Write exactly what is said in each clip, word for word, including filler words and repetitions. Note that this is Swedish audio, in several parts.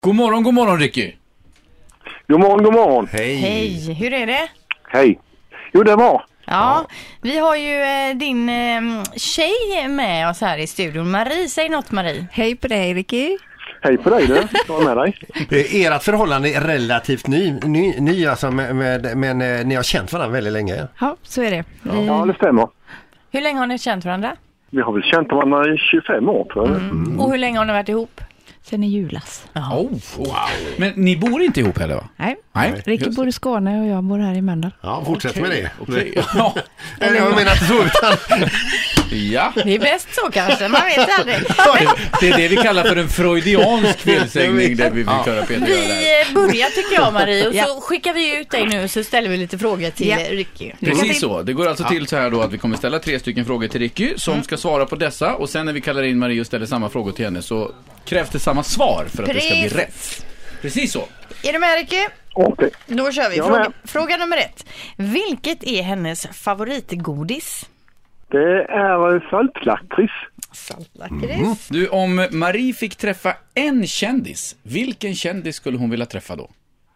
God morgon, god morgon Ricky. God morgon, god morgon. Hej. Hej, hur är det? Hej. Jo, det var. Ja, vi har ju eh, din eh, tjej med oss här i studion. Marie, säg något Marie. Hej på dig Ricky. Hej på dig du, jag är med dig. Ert förhållande är relativt ny, ny, ny alltså, med, med, men eh, ni har känt varandra väldigt länge. Ja, så är det. Vi... Ja, det stämmer. Hur länge har ni känt varandra? Vi har väl känt varandra i tjugofem år tror jag. Mm. Och hur länge har ni varit ihop? Sen i julas. Oh, wow. Men ni bor inte ihop heller va? Nej, Nej, Ricky bor i Skåne och jag bor här i Mölndal. Ja, fortsätt okay. med det. Okay. Ja. Eller jag menar inte så utan... Ja. Det är bäst så kanske, man vet aldrig. Det är det vi kallar för en freudiansk felsägning där vi fick ja. höra Peter Vi där. börjar tycker jag Marie och ja. så skickar vi ut dig nu så ställer vi lite frågor till ja. Ricky. Precis så, det går alltså till så här då att vi kommer ställa tre stycken frågor till Ricky som mm. ska svara på dessa och sen när vi kallar in Marie och ställer samma frågor till henne så krävs det samma svar för att Precis. det ska bli rätt. Precis så. Är du med Ricky? Okej. Okay. Då kör vi. Fråga, fråga nummer ett. Vilket är hennes favoritgodis? Det är saltlakrits. Saltlakrits. Mm. Du, om Marie fick träffa en kändis, vilken kändis skulle hon vilja träffa då?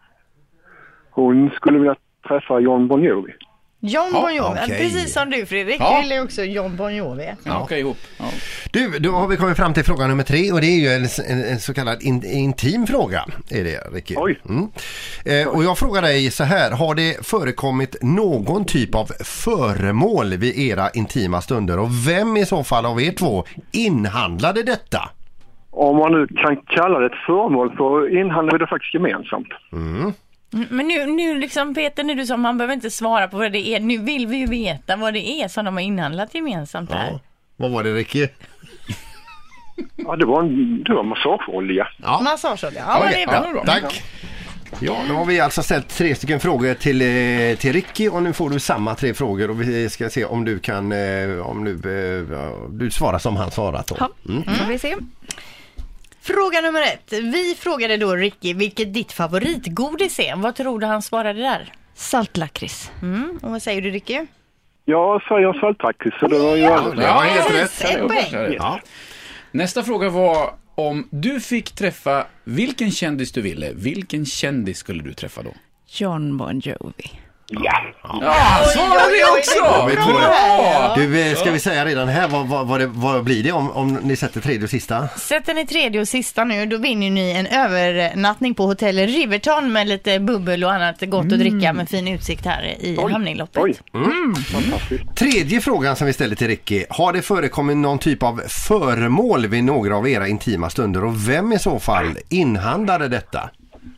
Hon skulle vilja träffa Jon Bon Jovi. Jon Bon Jovi, okay. precis som du Fredrik, ja. vill ju också Jon Bon Jovi. Ja, okej ihop. Ja. Du, då har vi kommit fram till fråga nummer tre och det är ju en, en, en så kallad in, intim fråga, är det Ricky? Oj. Mm. Eh, och jag frågar dig så här, har det förekommit någon typ av föremål vid era intima stunder och vem i så fall av er två inhandlade detta? Om man nu kan kalla det ett föremål så inhandlar vi det faktiskt gemensamt. Mm. Men nu, nu liksom Peter, när du sa man behöver inte svara på vad det är. Nu vill vi ju veta vad det är som de har inhandlat gemensamt här. Ja. Vad var det Ricky? Ja, det var en, det var massageolja. Ja. Massageolja, ja, Okay. det är bra. Ja, tack. Ja, då har vi alltså ställt tre stycken frågor till, eh, till Ricky och nu får du samma tre frågor och vi ska se om du kan eh, om du, eh, du svarar som han svarat då. Ja, mm. får vi se. Fråga nummer ett. Vi frågade då Ricky vilket ditt favoritgodis är. Vad tror du han svarade där? Saltlakrits. Mm. Och vad säger du Ricky? Jag säger saltlakrits så det var ju ja, alldeles. Ja, helt rätt. Ett poäng. Ja. Nästa fråga var om du fick träffa vilken kändis du ville. Vilken kändis skulle du träffa då? Jon Bon Jovi. Ja. Ja, svarade vi också! Ja, vi tror det. Ja. Du, ska vi säga redan här, vad, vad, vad, det, vad blir det om, om ni sätter tredje och sista? Sätter ni tredje och sista nu, då vinner ni en övernattning på hotell Riverton med lite bubbel och annat gott mm. att dricka med fin utsikt här i Oj. hamninloppet. Oj. Mm. Tredje frågan som vi ställer till Ricky. Har det förekommit någon typ av föremål vid några av era intima stunder och vem i så fall inhandlade detta?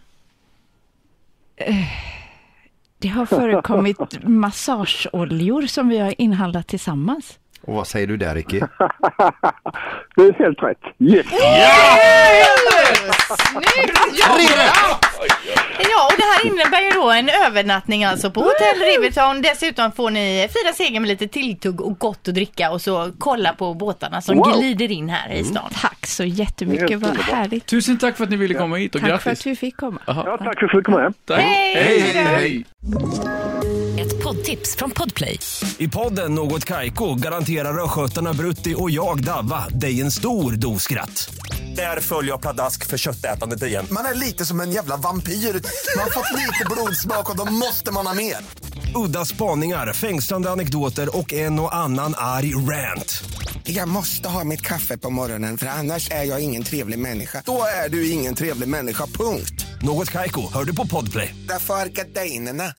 Uh. Det har förekommit massageoljor som vi har inhandlat tillsammans. Och vad säger du där, Ricky? Det är helt rätt. Yes. Snyggt! Ja. Ja, och det här innebär ju då en övernattning alltså på hotell Riverton. Dessutom får ni fira seger med lite tilltugg och gott att dricka och så kolla på båtarna som wow. glider in här i stan. Tack så jättemycket, vad härligt. Tusen tack för att ni ville komma hit och tack grattis. Tack för att vi fick komma. Aha. Ja, tack för att du fick komma hem. Tack. Hej, hej, hej, hej. Ett poddtips från Podplay. I podden Något Kaiko garanterar röskötarna Brutti och jag Davva dig en stor doskratt. Där följer jag pladask för köttätandet igen. Man är lite som en jävla vampyr. Man har fått lite blodsmak och då måste man ha mer. Udda spaningar, fängslande anekdoter och en och annan arg rant. Jag måste ha mitt kaffe på morgonen för annars är jag ingen trevlig människa. Då är du ingen trevlig människa, punkt. Något Kaiko, hör du på Podplay. Därför är gardinerna.